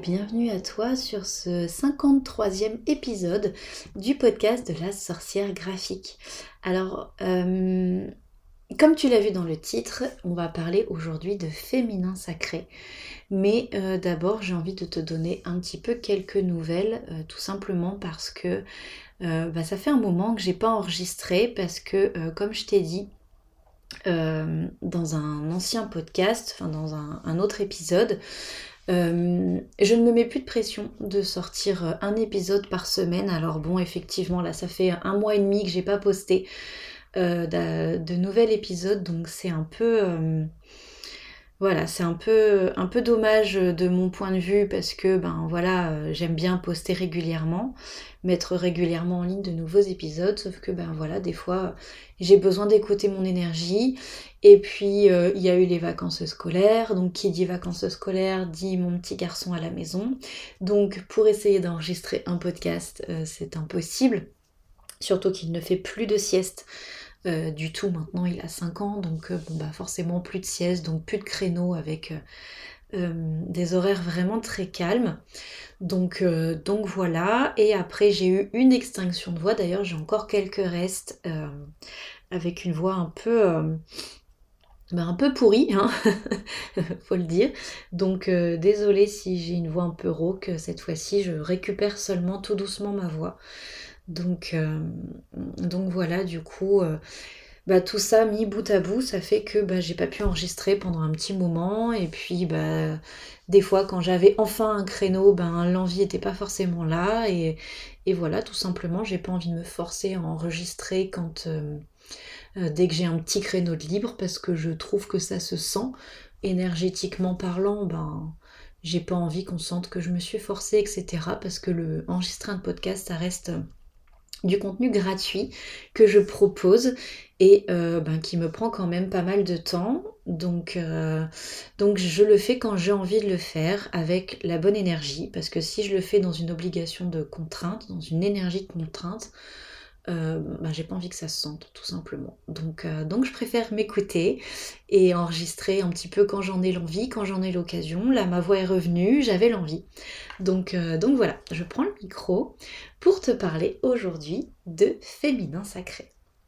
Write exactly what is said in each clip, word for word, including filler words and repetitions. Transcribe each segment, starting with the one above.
bienvenue à toi sur ce cinquante-troisième épisode du podcast de la sorcière graphique. Alors, euh, comme tu l'as vu dans le titre, on va parler aujourd'hui de féminin sacré. Mais euh, d'abord, j'ai envie de te donner un petit peu quelques nouvelles, euh, tout simplement parce que euh, bah, ça fait un moment que j'ai pas enregistré, parce que, euh, comme je t'ai dit, euh, dans un ancien podcast, enfin dans un, un autre épisode, Euh, je ne me mets plus de pression de sortir un épisode par semaine. Alors bon, effectivement, là, ça fait un mois et demi que j'ai pas posté euh, de, de nouvel épisode, donc c'est un peu... Euh, voilà, c'est un peu, un peu dommage de mon point de vue parce que ben voilà, euh, j'aime bien poster régulièrement, mettre régulièrement en ligne de nouveaux épisodes, sauf que ben voilà, des fois j'ai besoin d'écouter mon énergie. Et puis euh, il y a eu les vacances scolaires, donc qui dit vacances scolaires dit mon petit garçon à la maison. Donc pour essayer d'enregistrer un podcast, euh, c'est impossible, surtout qu'il ne fait plus de sieste. Euh, du tout, maintenant il a cinq ans, donc euh, bon, bah, forcément plus de sieste, donc plus de créneaux avec euh, euh, des horaires vraiment très calmes. Donc, euh, donc voilà, et après j'ai eu une extinction de voix, d'ailleurs j'ai encore quelques restes euh, avec une voix un peu... Euh, bah, un peu pourrie, hein, faut le dire. Donc euh, désolée si j'ai une voix un peu rauque, cette fois-ci je récupère seulement tout doucement ma voix. Donc, euh, donc voilà, du coup, euh, bah, tout ça mis bout à bout, ça fait que bah, j'ai pas pu enregistrer pendant un petit moment. Et puis bah, des fois quand j'avais enfin un créneau, ben, l'envie était pas forcément là. Et, et voilà, tout simplement, j'ai pas envie de me forcer à enregistrer quand euh, euh, dès que j'ai un petit créneau de libre, parce que je trouve que ça se sent, énergétiquement parlant, ben j'ai pas envie qu'on sente que je me suis forcée, et cetera. Parce que le enregistrer un podcast, ça reste du contenu gratuit que je propose et euh, ben, qui me prend quand même pas mal de temps. Donc, euh, donc je le fais quand j'ai envie de le faire avec la bonne énergie, parce que si je le fais dans une obligation de contrainte, dans une énergie de contrainte, euh, ben, j'ai pas envie que ça se sente, tout simplement. Donc, euh, donc je préfère m'écouter et enregistrer un petit peu quand j'en ai l'envie, quand j'en ai l'occasion. Là, ma voix est revenue, j'avais l'envie. Donc, euh, donc voilà, je prends le micro pour te parler aujourd'hui de féminin sacré.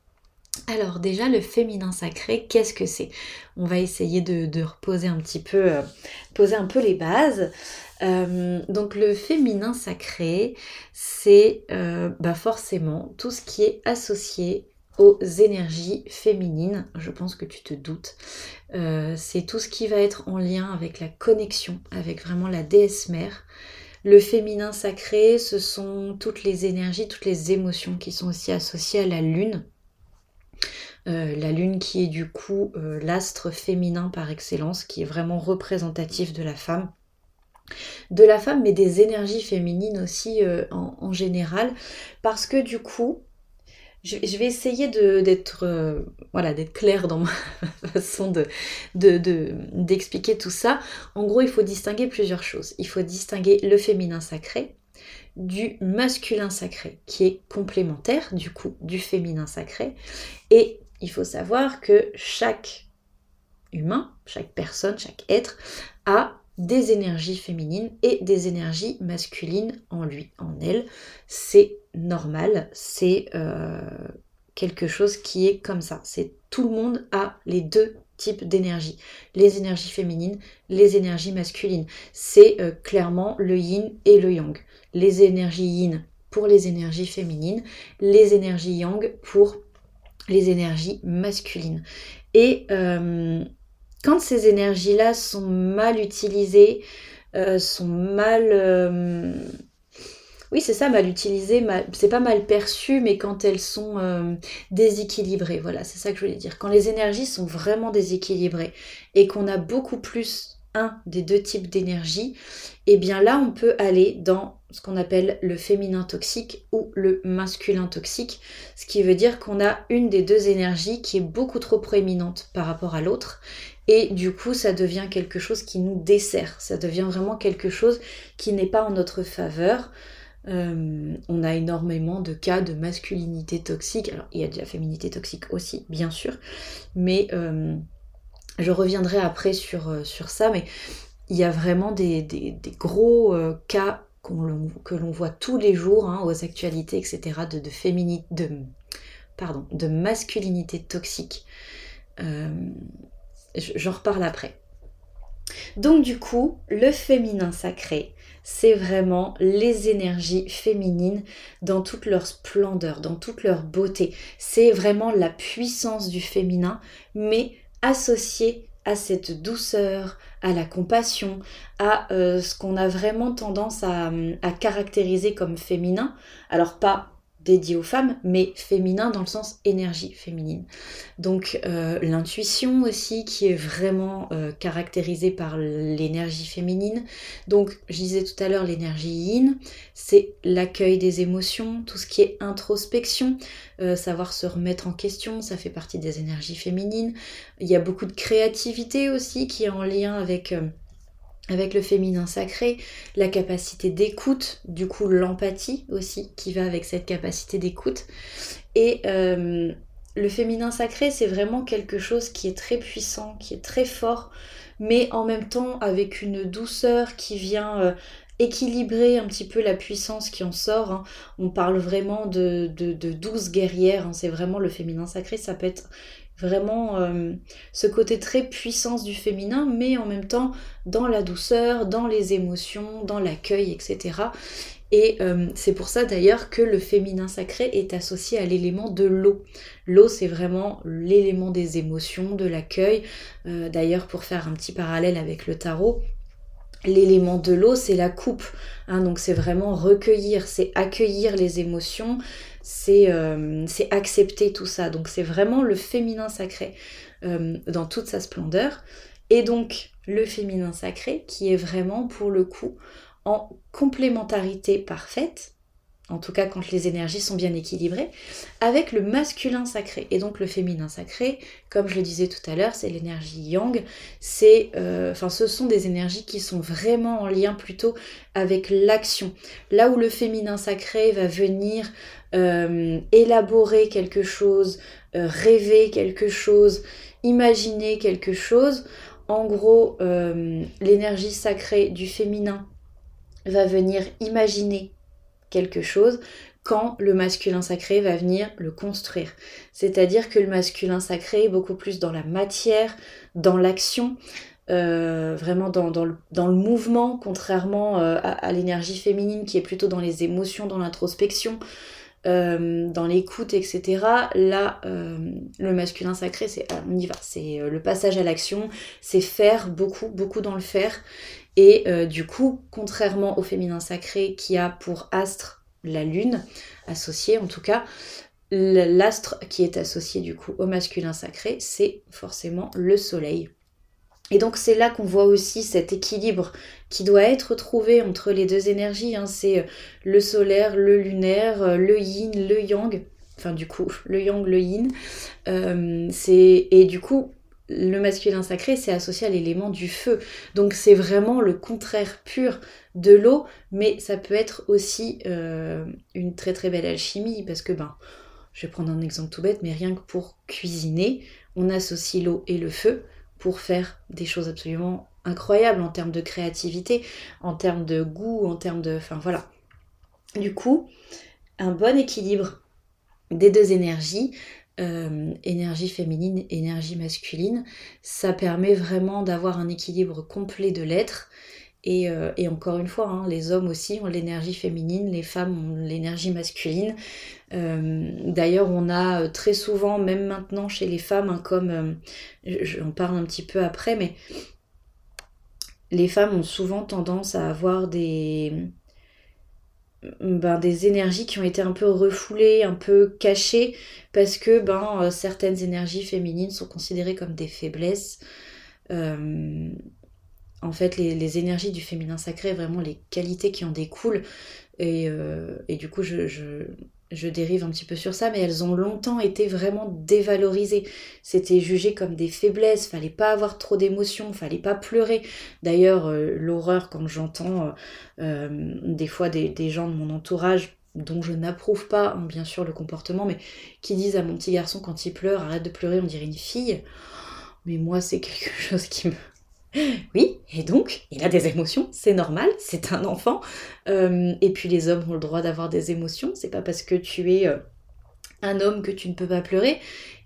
Alors déjà, le féminin sacré, qu'est-ce que c'est ? On va essayer de, de reposer un petit peu, euh, poser un peu les bases. Euh, donc le féminin sacré, c'est euh, bah forcément tout ce qui est associé aux énergies féminines. Je pense que tu te doutes. Euh, c'est tout ce qui va être en lien avec la connexion, avec vraiment la déesse mère. Le féminin sacré, ce sont toutes les énergies, toutes les émotions qui sont aussi associées à la lune. Euh, la lune qui est du coup euh, l'astre féminin par excellence, qui est vraiment représentatif de la femme. De la femme, mais des énergies féminines aussi euh, en, en général, parce que du coup, je, je vais essayer de, d'être, euh, voilà, d'être claire dans ma façon de, de, de, d'expliquer tout ça. En gros, il faut distinguer plusieurs choses. Il faut distinguer le féminin sacré du masculin sacré, qui est complémentaire du coup du féminin sacré. Et il faut savoir que chaque humain, chaque personne, chaque être a des énergies féminines et des énergies masculines en lui, en elle. C'est normal, c'est euh, quelque chose qui est comme ça. C'est tout le monde a les deux types d'énergie, les énergies féminines, les énergies masculines. C'est euh, clairement le yin et le yang. Les énergies yin pour les énergies féminines, les énergies yang pour les énergies masculines. Et euh, quand ces énergies-là sont mal utilisées, euh, sont mal... Euh, oui, c'est ça, mal utilisées, mal, c'est pas mal perçu, mais quand elles sont euh, déséquilibrées, voilà, c'est ça que je voulais dire. Quand les énergies sont vraiment déséquilibrées et qu'on a beaucoup plus un des deux types d'énergie, et bien là, on peut aller dans ce qu'on appelle le féminin toxique ou le masculin toxique, ce qui veut dire qu'on a une des deux énergies qui est beaucoup trop prééminente par rapport à l'autre, et du coup, ça devient quelque chose qui nous dessert, ça devient vraiment quelque chose qui n'est pas en notre faveur. Euh, on a énormément de cas de masculinité toxique. Alors, il y a de la féminité toxique aussi, bien sûr, mais euh, je reviendrai après sur, sur ça, mais il y a vraiment des, des, des gros euh, cas qu'on, que l'on voit tous les jours hein, aux actualités, et cetera, de, de, fémini, de, pardon, de masculinité toxique. Euh, j'en reparle après. Donc du coup, le féminin sacré, c'est vraiment les énergies féminines dans toute leur splendeur, dans toute leur beauté. C'est vraiment la puissance du féminin, mais associée à cette douceur, à la compassion, à euh, ce qu'on a vraiment tendance à, à caractériser comme féminin. Alors pas dédié aux femmes, mais féminin dans le sens énergie féminine. Donc euh, l'intuition aussi qui est vraiment euh, caractérisée par l'énergie féminine. Donc je disais tout à l'heure l'énergie yin, c'est l'accueil des émotions, tout ce qui est introspection, euh, savoir se remettre en question, ça fait partie des énergies féminines. Il y a beaucoup de créativité aussi qui est en lien avec... Euh, avec le féminin sacré, la capacité d'écoute, du coup l'empathie aussi qui va avec cette capacité d'écoute. Et euh, le féminin sacré, c'est vraiment quelque chose qui est très puissant, qui est très fort, mais en même temps avec une douceur qui vient euh, équilibrer un petit peu la puissance qui en sort. Hein. On parle vraiment de, de, de douce guerrière, hein. C'est vraiment le féminin sacré, ça peut être vraiment euh, ce côté très puissance du féminin, mais en même temps dans la douceur, dans les émotions, dans l'accueil, et cetera. Et euh, c'est pour ça d'ailleurs que le féminin sacré est associé à l'élément de l'eau. L'eau, c'est vraiment l'élément des émotions, de l'accueil. Euh, d'ailleurs, pour faire un petit parallèle avec le tarot, l'élément de l'eau, c'est la coupe. Hein, donc c'est vraiment recueillir, c'est accueillir les émotions, c'est, euh, c'est accepter tout ça. Donc c'est vraiment le féminin sacré euh, dans toute sa splendeur. Et donc le féminin sacré qui est vraiment pour le coup en complémentarité parfaite, en tout cas quand les énergies sont bien équilibrées, avec le masculin sacré. Et donc le féminin sacré, comme je le disais tout à l'heure, c'est l'énergie yang, c'est, euh, enfin, ce sont des énergies qui sont vraiment en lien plutôt avec l'action. Là où le féminin sacré va venir euh, élaborer quelque chose, euh, rêver quelque chose, imaginer quelque chose, en gros, euh, l'énergie sacrée du féminin va venir imaginer quelque chose quand le masculin sacré va venir le construire. C'est-à-dire que le masculin sacré est beaucoup plus dans la matière, dans l'action, euh, vraiment dans, dans, le, dans le mouvement, contrairement euh, à, à l'énergie féminine qui est plutôt dans les émotions, dans l'introspection, euh, dans l'écoute, et cetera. Là, euh, le masculin sacré, c'est on y va, c'est euh, le passage à l'action, c'est faire beaucoup, beaucoup dans le faire. Et euh, du coup, contrairement au féminin sacré qui a pour astre la lune, associée en tout cas, l'astre qui est associé du coup au masculin sacré, c'est forcément le soleil. Et donc c'est là qu'on voit aussi cet équilibre qui doit être trouvé entre les deux énergies, hein. C'est le solaire, le lunaire, le yin, le yang, enfin du coup le yang, le yin, euh, c'est... et du coup le masculin sacré, c'est associé à l'élément du feu. Donc c'est vraiment le contraire pur de l'eau, mais ça peut être aussi euh, une très très belle alchimie, parce que, ben, je vais prendre un exemple tout bête, mais rien que pour cuisiner, on associe l'eau et le feu pour faire des choses absolument incroyables en termes de créativité, en termes de goût, en termes de... Enfin voilà. Du coup, un bon équilibre des deux énergies, Euh, énergie féminine, énergie masculine, ça permet vraiment d'avoir un équilibre complet de l'être. Et, euh, et encore une fois, hein, les hommes aussi ont l'énergie féminine, les femmes ont l'énergie masculine. Euh, d'ailleurs, on a très souvent, même maintenant chez les femmes, hein, comme euh, j'en parle un petit peu après, mais les femmes ont souvent tendance à avoir des... Ben, des énergies qui ont été un peu refoulées, un peu cachées, parce que ben, euh, certaines énergies féminines sont considérées comme des faiblesses. Euh, en fait, les, les énergies du féminin sacré, vraiment les qualités qui en découlent, et, euh, et du coup, je, je, je dérive un petit peu sur ça, mais elles ont longtemps été vraiment dévalorisées. C'était jugé comme des faiblesses, fallait pas avoir trop d'émotions, fallait pas pleurer. D'ailleurs, euh, l'horreur quand j'entends euh, euh, des fois des, des gens de mon entourage, dont je n'approuve pas, hein, bien sûr, le comportement, mais qui disent à mon petit garçon quand il pleure, arrête de pleurer, on dirait une fille. Mais moi, c'est quelque chose qui me... Oui, et donc, il a des émotions, c'est normal, c'est un enfant. Euh, et puis les hommes ont le droit d'avoir des émotions, c'est pas parce que tu es euh, un homme que tu ne peux pas pleurer.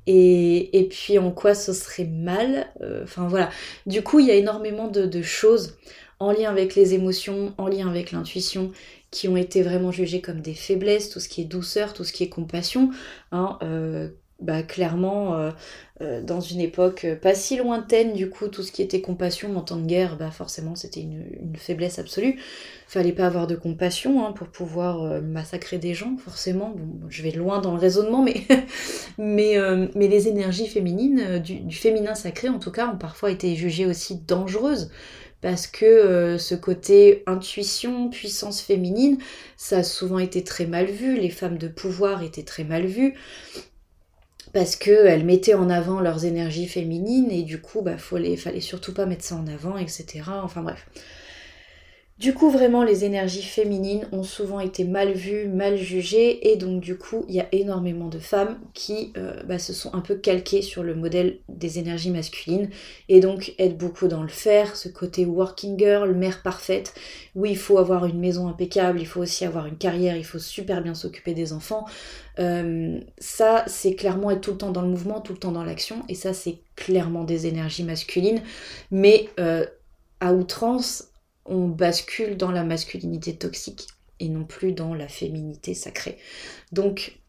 Et, et puis en quoi ce serait mal, euh, enfin voilà. Du coup, il y a énormément de, de choses en lien avec les émotions, en lien avec l'intuition, qui ont été vraiment jugées comme des faiblesses, tout ce qui est douceur, tout ce qui est compassion. Hein, euh, bah, clairement, euh, euh, dans une époque euh, pas si lointaine, du coup, tout ce qui était compassion en temps de guerre, bah forcément, c'était une, une faiblesse absolue. Fallait pas avoir de compassion hein, pour pouvoir euh, massacrer des gens, forcément. Bon, je vais loin dans le raisonnement, mais, mais, euh, mais les énergies féminines, euh, du, du féminin sacré en tout cas, ont parfois été jugées aussi dangereuses. Parce que euh, ce côté intuition, puissance féminine, ça a souvent été très mal vu. Les femmes de pouvoir étaient très mal vues parce qu'elles mettaient en avant leurs énergies féminines et du coup, bah, faut les, fallait surtout pas mettre ça en avant, et cetera. Enfin bref. Du coup, vraiment, les énergies féminines ont souvent été mal vues, mal jugées, et donc du coup, il y a énormément de femmes qui euh, bah, se sont un peu calquées sur le modèle des énergies masculines, et donc aident beaucoup dans le faire, ce côté working girl, mère parfaite, où il faut avoir une maison impeccable, il faut aussi avoir une carrière, il faut super bien s'occuper des enfants. Euh, ça, c'est clairement être tout le temps dans le mouvement, tout le temps dans l'action, et ça, c'est clairement des énergies masculines, mais euh, à outrance, on bascule dans la masculinité toxique et non plus dans la féminité sacrée. Donc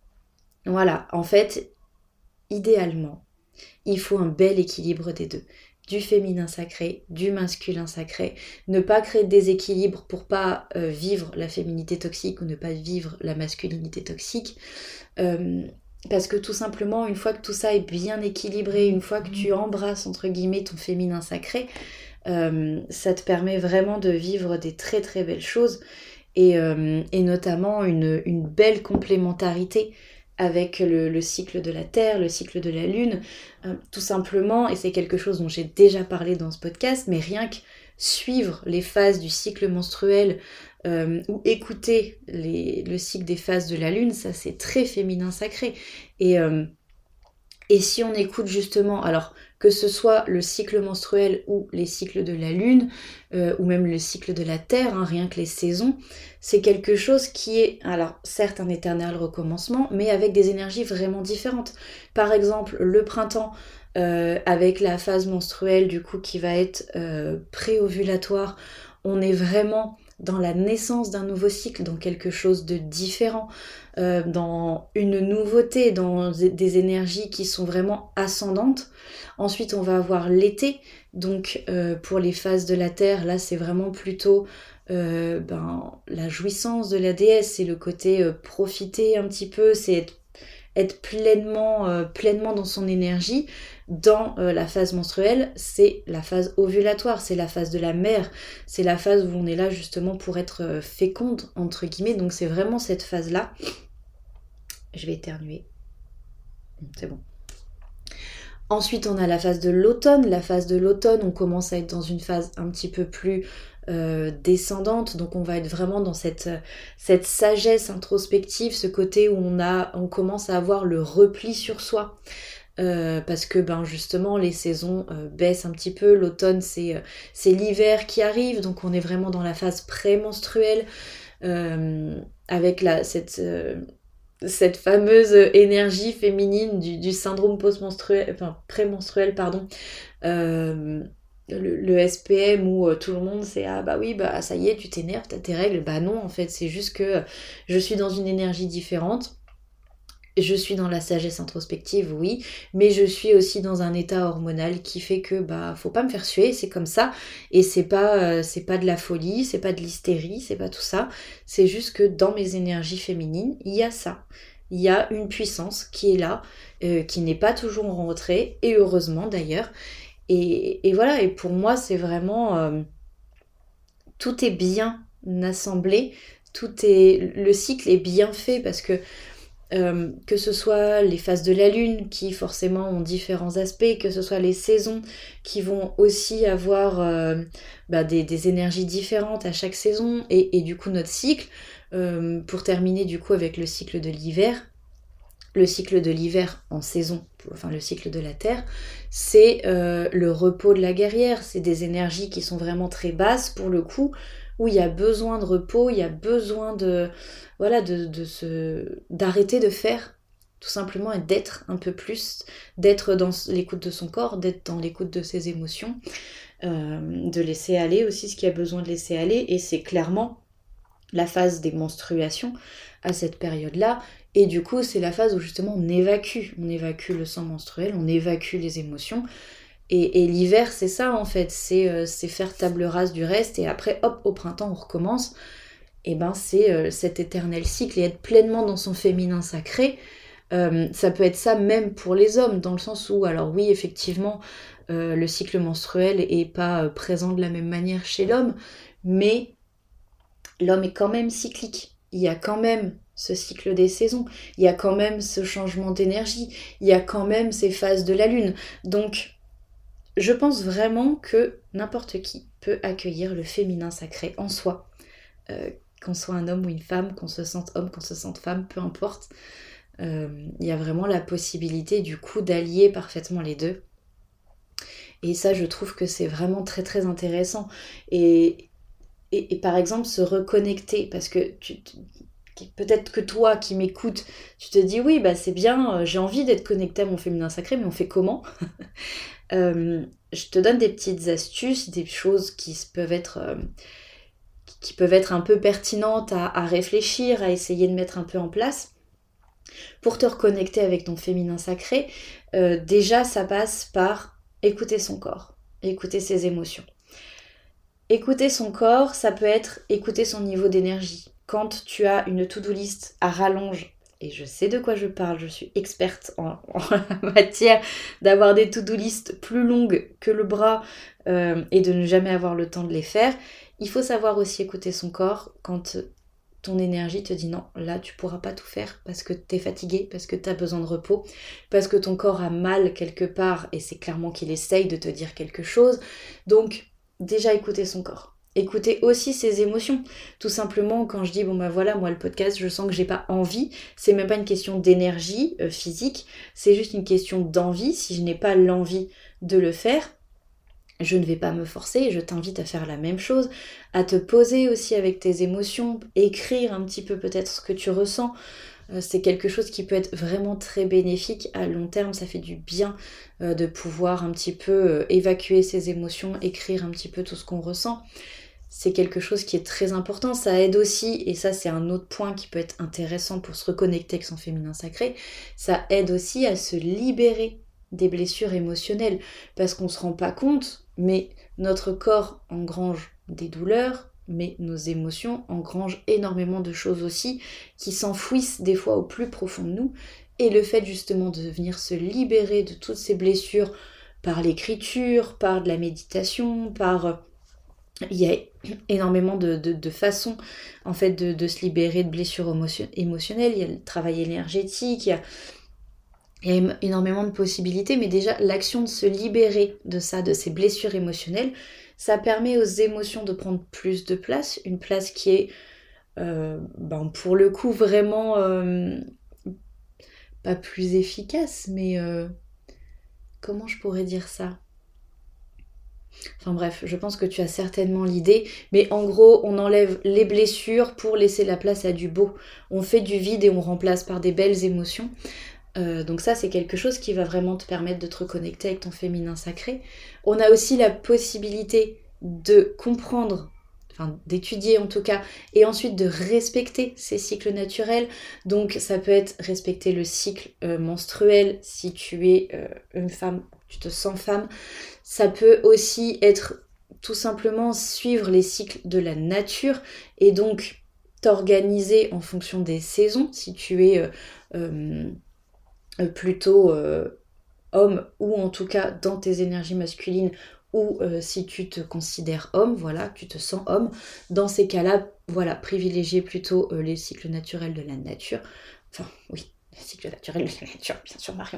voilà, en fait, idéalement, il faut un bel équilibre des deux. Du féminin sacré, du masculin sacré. Ne pas créer de déséquilibre pour pas euh, vivre la féminité toxique ou ne pas vivre la masculinité toxique. Euh, parce que tout simplement, une fois que tout ça est bien équilibré, une fois que tu embrasses entre guillemets ton féminin sacré, Euh, ça te permet vraiment de vivre des très très belles choses et, euh, et notamment une, une belle complémentarité avec le, le cycle de la Terre, le cycle de la Lune, euh, tout simplement, et c'est quelque chose dont j'ai déjà parlé dans ce podcast, mais rien que suivre les phases du cycle menstruel euh, ou écouter les, le cycle des phases de la Lune, ça c'est très féminin sacré. Et, euh, et si on écoute justement, alors que ce soit le cycle menstruel ou les cycles de la Lune, euh, ou même le cycle de la Terre, hein, rien que les saisons, c'est quelque chose qui est, alors certes un éternel recommencement, mais avec des énergies vraiment différentes. Par exemple, le printemps, euh, avec la phase menstruelle du coup qui va être euh, pré-ovulatoire, on est vraiment dans la naissance d'un nouveau cycle, dans quelque chose de différent, euh, dans une nouveauté, dans des énergies qui sont vraiment ascendantes. Ensuite, on va avoir l'été, donc euh, pour les phases de la Terre, là c'est vraiment plutôt euh, ben, la jouissance de la déesse, c'est le côté euh, profiter un petit peu, c'est être, être pleinement, euh, pleinement dans son énergie. Dans euh, la phase menstruelle, c'est la phase ovulatoire, c'est la phase de la mère, c'est la phase où on est là justement pour être euh, féconde, entre guillemets, donc c'est vraiment cette phase-là. Je vais éternuer. C'est bon. Ensuite, on a la phase de l'automne. La phase de l'automne, on commence à être dans une phase un petit peu plus euh, descendante. Donc, on va être vraiment dans cette, cette sagesse introspective, ce côté où on, a, on commence à avoir le repli sur soi. Euh, parce que ben justement les saisons euh, baissent un petit peu, l'automne c'est, euh, c'est l'hiver qui arrive, donc on est vraiment dans la phase pré-menstruelle euh, avec la, cette, euh, cette fameuse énergie féminine du, du syndrome post-menstruel, enfin pré-menstruel pardon, euh, le, le S P M où euh, tout le monde c'est ah bah oui bah ça y est tu t'énerves, t'as tes règles, bah non en fait c'est juste que je suis dans une énergie différente. Je suis dans la sagesse introspective, oui, mais je suis aussi dans un état hormonal qui fait que bah faut pas me faire suer, c'est comme ça, et c'est pas euh, c'est pas de la folie, c'est pas de l'hystérie, c'est pas tout ça, c'est juste que dans mes énergies féminines, il y a ça. Il y a une puissance qui est là, euh, qui n'est pas toujours en retrait, et heureusement d'ailleurs. Et, et voilà, et pour moi c'est vraiment euh, tout est bien assemblé, tout est le cycle est bien fait parce que Euh, que ce soit les phases de la lune qui forcément ont différents aspects, que ce soit les saisons qui vont aussi avoir euh, bah, des, des énergies différentes à chaque saison et, et du coup notre cycle, euh, pour terminer du coup avec le cycle de l'hiver, le cycle de l'hiver en saison, enfin le cycle de la Terre, c'est euh, le repos de la guerrière, c'est des énergies qui sont vraiment très basses pour le coup, où il y a besoin de repos, il y a besoin de voilà de, de se d'arrêter de faire tout simplement et d'être un peu plus, d'être dans l'écoute de son corps, d'être dans l'écoute de ses émotions, euh, de laisser aller aussi ce qu'il y a besoin de laisser aller, et c'est clairement la phase des menstruations à cette période-là, et du coup c'est la phase où justement on évacue, on évacue le sang menstruel, on évacue les émotions, et, et l'hiver c'est ça en fait, c'est, euh, c'est faire table rase du reste, et après hop, au printemps on recommence, et ben c'est euh, cet éternel cycle, et être pleinement dans son féminin sacré. Euh, ça peut être ça même pour les hommes, dans le sens où, alors oui, effectivement, euh, le cycle menstruel est pas euh, présent de la même manière chez l'homme, mais l'homme est quand même cyclique. Il y a quand même ce cycle des saisons, il y a quand même ce changement d'énergie, il y a quand même ces phases de la lune. Donc, je pense vraiment que n'importe qui peut accueillir le féminin sacré en soi, euh, qu'on soit un homme ou une femme, qu'on se sente homme, qu'on se sente femme, peu importe. Il euh, y a vraiment la possibilité du coup d'allier parfaitement les deux, et ça je trouve que c'est vraiment très très intéressant, et, et, et par exemple se reconnecter, parce que tu, tu, peut-être que toi qui m'écoutes, tu te dis oui bah c'est bien, j'ai envie d'être connectée à mon féminin sacré, mais on fait comment? euh, Je te donne des petites astuces, des choses qui peuvent être euh, qui peuvent être un peu pertinentes à, à réfléchir, à essayer de mettre un peu en place. Pour te reconnecter avec ton féminin sacré, euh, déjà ça passe par écouter son corps, écouter ses émotions. Écouter son corps, ça peut être écouter son niveau d'énergie. Quand tu as une to-do list à rallonge, et je sais de quoi je parle, je suis experte en, en matière d'avoir des to-do list plus longues que le bras euh, et de ne jamais avoir le temps de les faire, il faut savoir aussi écouter son corps quand ton énergie te dit non, là tu pourras pas tout faire parce que t'es fatigué, parce que t'as besoin de repos, parce que ton corps a mal quelque part, et c'est clairement qu'il essaye de te dire quelque chose. Donc déjà écouter son corps, écouter aussi ses émotions. Tout simplement quand je dis bon bah voilà, moi le podcast je sens que j'ai pas envie, c'est même pas une question d'énergie euh, physique, c'est juste une question d'envie. Si je n'ai pas l'envie de le faire, je ne vais pas me forcer, je t'invite à faire la même chose, à te poser aussi avec tes émotions, écrire un petit peu peut-être ce que tu ressens. Euh, c'est quelque chose qui peut être vraiment très bénéfique à long terme, ça fait du bien euh, de pouvoir un petit peu euh, évacuer ses émotions, écrire un petit peu tout ce qu'on ressent. C'est quelque chose qui est très important, ça aide aussi, et ça c'est un autre point qui peut être intéressant pour se reconnecter avec son féminin sacré, ça aide aussi à se libérer des blessures émotionnelles, parce qu'on ne se rend pas compte, mais notre corps engrange des douleurs, mais nos émotions engrangent énormément de choses aussi, qui s'enfouissent des fois au plus profond de nous, et le fait justement de venir se libérer de toutes ces blessures par l'écriture, par de la méditation, par... Il y a énormément de, de, de façons en fait de, de se libérer de blessures émotion- émotionnelles, il y a le travail énergétique, il y a Il y a énormément de possibilités, mais déjà l'action de se libérer de ça, de ces blessures émotionnelles, ça permet aux émotions de prendre plus de place, une place qui est euh, ben pour le coup vraiment euh, pas plus efficace, mais euh, comment je pourrais dire ça ? Enfin bref, je pense que tu as certainement l'idée, mais en gros, on enlève les blessures pour laisser la place à du beau. On fait du vide et on remplace par des belles émotions. Euh, donc ça c'est quelque chose qui va vraiment te permettre de te reconnecter avec ton féminin sacré. On a aussi la possibilité de comprendre, enfin d'étudier en tout cas, et ensuite de respecter ces cycles naturels. Donc ça peut être respecter le cycle euh, menstruel si tu es euh, une femme, tu te sens femme. Ça peut aussi être tout simplement suivre les cycles de la nature et donc t'organiser en fonction des saisons si tu es... Euh, euh, plutôt euh, homme, ou en tout cas dans tes énergies masculines, ou euh, si tu te considères homme, voilà, tu te sens homme, dans ces cas-là, voilà, privilégier plutôt euh, les cycles naturels de la nature, enfin oui, les cycles naturels de la nature, bien sûr Marion,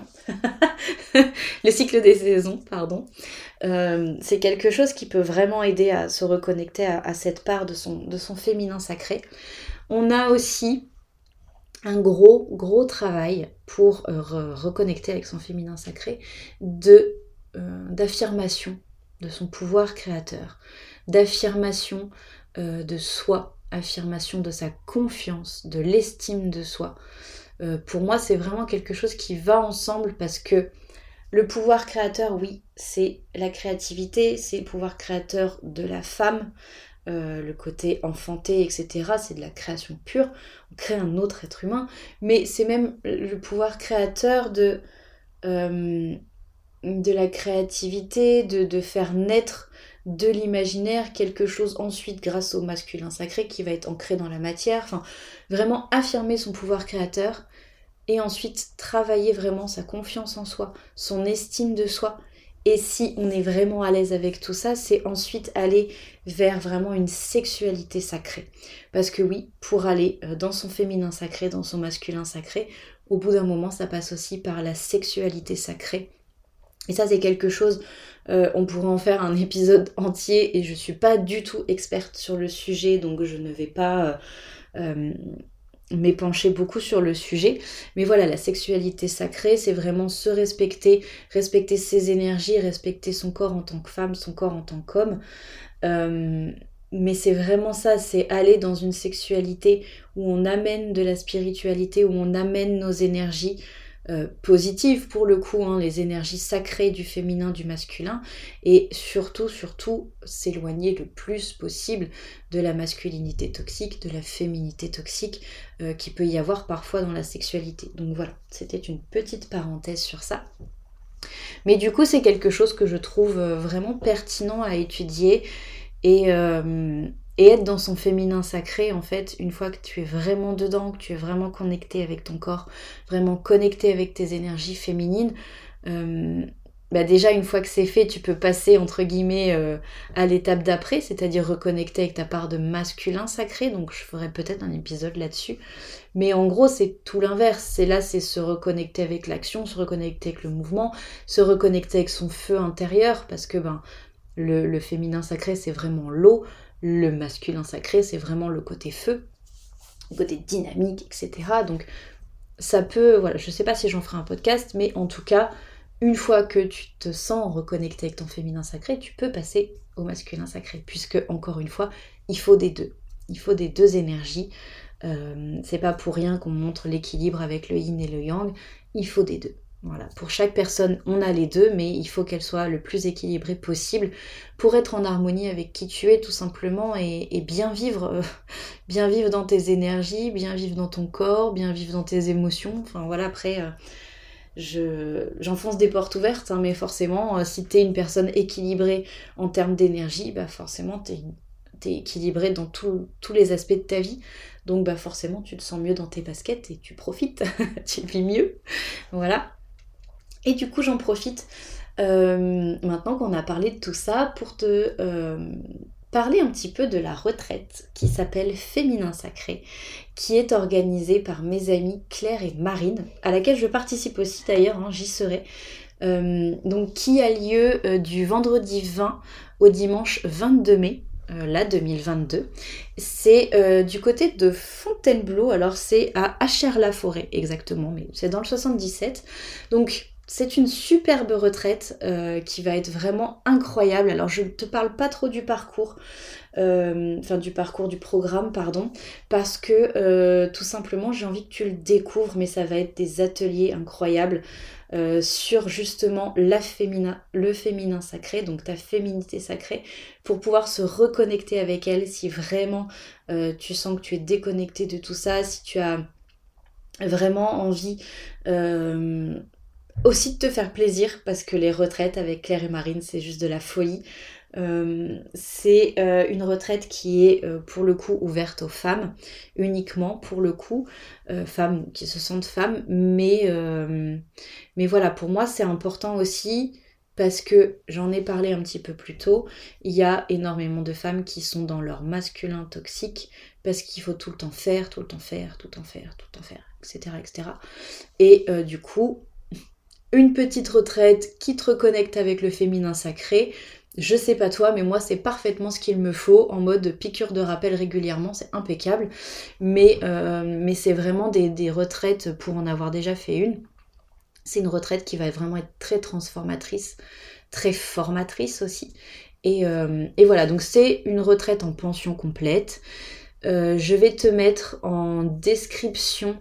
le cycle des saisons, pardon, euh, c'est quelque chose qui peut vraiment aider à se reconnecter à, à cette part de son, de son féminin sacré. On a aussi un gros, gros travail pour euh, re- reconnecter avec son féminin sacré de, euh, d'affirmation de son pouvoir créateur, d'affirmation euh, de soi, affirmation de sa confiance, de l'estime de soi. Euh, pour moi, c'est vraiment quelque chose qui va ensemble parce que le pouvoir créateur, oui, c'est la créativité, c'est le pouvoir créateur de la femme, euh, le côté enfanté, et cetera. C'est de la création pure, on crée un autre être humain, mais c'est même le pouvoir créateur de, euh, de la créativité, de, de faire naître de l'imaginaire quelque chose ensuite grâce au masculin sacré qui va être ancré dans la matière, enfin vraiment affirmer son pouvoir créateur et ensuite travailler vraiment sa confiance en soi, son estime de soi. Et si on est vraiment à l'aise avec tout ça, c'est ensuite aller vers vraiment une sexualité sacrée. Parce que oui, pour aller dans son féminin sacré, dans son masculin sacré, au bout d'un moment, ça passe aussi par la sexualité sacrée. Et ça, c'est quelque chose, euh, on pourrait en faire un épisode entier, et je suis pas du tout experte sur le sujet, donc je ne vais pas... Euh, euh, m'épancher beaucoup sur le sujet, mais voilà, la sexualité sacrée, c'est vraiment se respecter, respecter ses énergies, respecter son corps en tant que femme, son corps en tant qu'homme, euh, mais c'est vraiment ça, c'est aller dans une sexualité où on amène de la spiritualité, où on amène nos énergies euh, positives pour le coup, hein, les énergies sacrées du féminin, du masculin, et surtout, surtout, s'éloigner le plus possible de la masculinité toxique, de la féminité toxique euh, qui peut y avoir parfois dans la sexualité. Donc voilà, c'était une petite parenthèse sur ça. Mais du coup, c'est quelque chose que je trouve vraiment pertinent à étudier et, euh, et être dans son féminin sacré, en fait, une fois que tu es vraiment dedans, que tu es vraiment connecté avec ton corps, vraiment connecté avec tes énergies féminines, euh, bah déjà une fois que c'est fait, tu peux passer entre guillemets euh, à l'étape d'après, c'est-à-dire reconnecter avec ta part de masculin sacré, donc je ferai peut-être un épisode là-dessus. Mais en gros, c'est tout l'inverse. C'est là, c'est se reconnecter avec l'action, se reconnecter avec le mouvement, se reconnecter avec son feu intérieur, parce que ben, le, le féminin sacré, c'est vraiment l'eau, le masculin sacré, c'est vraiment le côté feu, le côté dynamique, et cetera. Donc ça peut, voilà, je sais pas si j'en ferai un podcast, mais en tout cas, une fois que tu te sens reconnecté avec ton féminin sacré, tu peux passer au masculin sacré, puisque, encore une fois, il faut des deux. Il faut des deux énergies. Euh, c'est pas pour rien qu'on montre l'équilibre avec le yin et le yang, il faut des deux. Voilà. Pour chaque personne, on a les deux, mais il faut qu'elle soit le plus équilibrée possible pour être en harmonie avec qui tu es, tout simplement, et, et bien vivre, euh, bien vivre dans tes énergies, bien vivre dans ton corps, bien vivre dans tes émotions. Enfin voilà, après, euh, je, j'enfonce des portes ouvertes, hein, mais forcément, euh, si t'es une personne équilibrée en termes d'énergie, bah forcément, t'es, t'es équilibrée dans tout, tous les aspects de ta vie. Donc bah forcément, tu te sens mieux dans tes baskets et tu profites, tu vis mieux. Voilà. Et du coup, j'en profite euh, maintenant qu'on a parlé de tout ça pour te euh, parler un petit peu de la retraite qui s'appelle Féminin Sacré, qui est organisée par mes amies Claire et Marine, à laquelle je participe aussi d'ailleurs, hein, j'y serai. Euh, donc qui a lieu euh, du vendredi vingt au dimanche vingt-deux mai. Euh, là deux mille vingt-deux, c'est euh, du côté de Fontainebleau, alors c'est à Achères-la-Forêt exactement, mais c'est dans le soixante-dix-sept, donc c'est une superbe retraite euh, qui va être vraiment incroyable. Alors je ne te parle pas trop du parcours, euh, enfin du parcours du programme, pardon, parce que euh, tout simplement j'ai envie que tu le découvres, mais ça va être des ateliers incroyables euh, sur justement la féminin, le féminin sacré, donc ta féminité sacrée, pour pouvoir se reconnecter avec elle si vraiment euh, tu sens que tu es déconnecté de tout ça, si tu as vraiment envie... Euh, aussi de te faire plaisir, parce que les retraites avec Claire et Marine, c'est juste de la folie. Euh, c'est euh, une retraite qui est euh, pour le coup ouverte aux femmes, uniquement pour le coup, euh, femmes qui se sentent femmes, mais, euh, mais voilà, pour moi c'est important aussi, parce que j'en ai parlé un petit peu plus tôt, il y a énormément de femmes qui sont dans leur masculin toxique, parce qu'il faut tout le temps faire, tout le temps faire, tout le temps faire, tout le temps faire, et cetera et cetera. Et euh, du coup, une petite retraite qui te reconnecte avec le féminin sacré, Je sais pas toi, mais moi c'est parfaitement ce qu'il me faut, en mode piqûre de rappel régulièrement, c'est impeccable. Mais, euh, mais c'est vraiment des, des retraites, pour en avoir déjà fait une, c'est une retraite qui va vraiment être très transformatrice, très formatrice aussi. Et, euh, et voilà, donc c'est une retraite en pension complète. Euh, je vais te mettre en description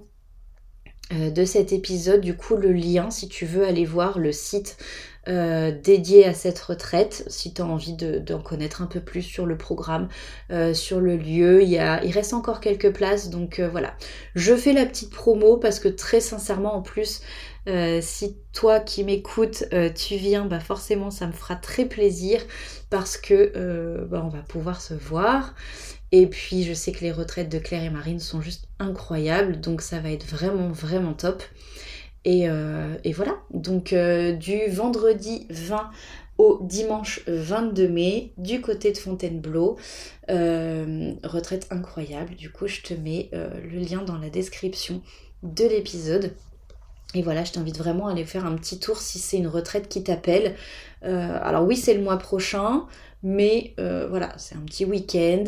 euh, de cet épisode, du coup, le lien si tu veux aller voir le site euh, dédié à cette retraite, si tu as envie de, d'en connaître un peu plus sur le programme, euh, sur le lieu. Il, y a, il reste encore quelques places, donc euh, voilà. Je fais la petite promo parce que très sincèrement, en plus, euh, si toi qui m'écoutes, euh, tu viens, bah forcément ça me fera très plaisir parce que euh, bah, on va pouvoir se voir. Et puis je sais que les retraites de Claire et Marine sont juste incroyables, donc ça va être vraiment vraiment top. Et, euh, et voilà, donc euh, du vendredi vingt au dimanche vingt-deux mai, du côté de Fontainebleau, euh, retraite incroyable. Du coup je te mets euh, le lien dans la description de l'épisode. Et voilà, je t'invite vraiment à aller faire un petit tour si c'est une retraite qui t'appelle. Euh, alors oui, c'est le mois prochain, mais euh, voilà, c'est un petit week-end,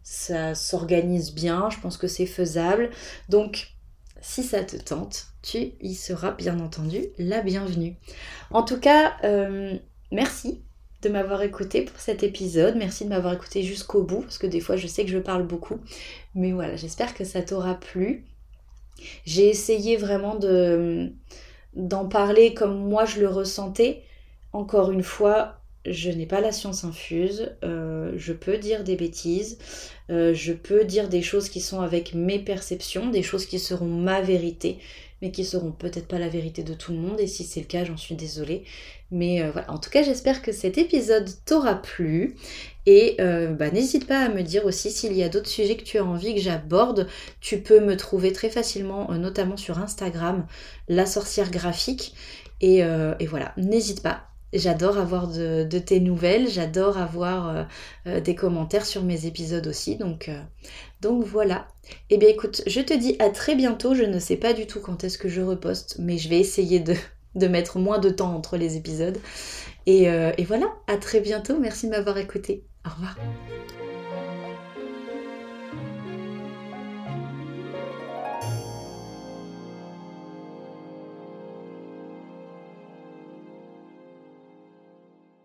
ça s'organise bien, je pense que c'est faisable. Donc, si ça te tente, tu y seras bien entendu la bienvenue. En tout cas, euh, merci de m'avoir écouté pour cet épisode. Merci de m'avoir écouté jusqu'au bout, parce que des fois, je sais que je parle beaucoup. Mais voilà, j'espère que ça t'aura plu. J'ai essayé vraiment de, d'en parler comme moi je le ressentais. Encore une fois, je n'ai pas la science infuse, euh, je peux dire des bêtises, euh, je peux dire des choses qui sont avec mes perceptions, des choses qui seront ma vérité, mais qui seront peut-être pas la vérité de tout le monde, et si c'est le cas, j'en suis désolée. Mais euh, voilà, en tout cas, j'espère que cet épisode t'aura plu, et euh, bah, n'hésite pas à me dire aussi s'il y a d'autres sujets que tu as envie que j'aborde. Tu peux me trouver très facilement, euh, notamment sur Instagram, La Sorcière Graphique, et, euh, et voilà, n'hésite pas. J'adore avoir de, de tes nouvelles, j'adore avoir euh, euh, des commentaires sur mes épisodes aussi, donc, euh, donc voilà. Eh bien écoute, je te dis à très bientôt, je ne sais pas du tout quand est-ce que je reposte, mais je vais essayer de, de mettre moins de temps entre les épisodes. Et, euh, et voilà, à très bientôt, merci de m'avoir écouté. Au revoir.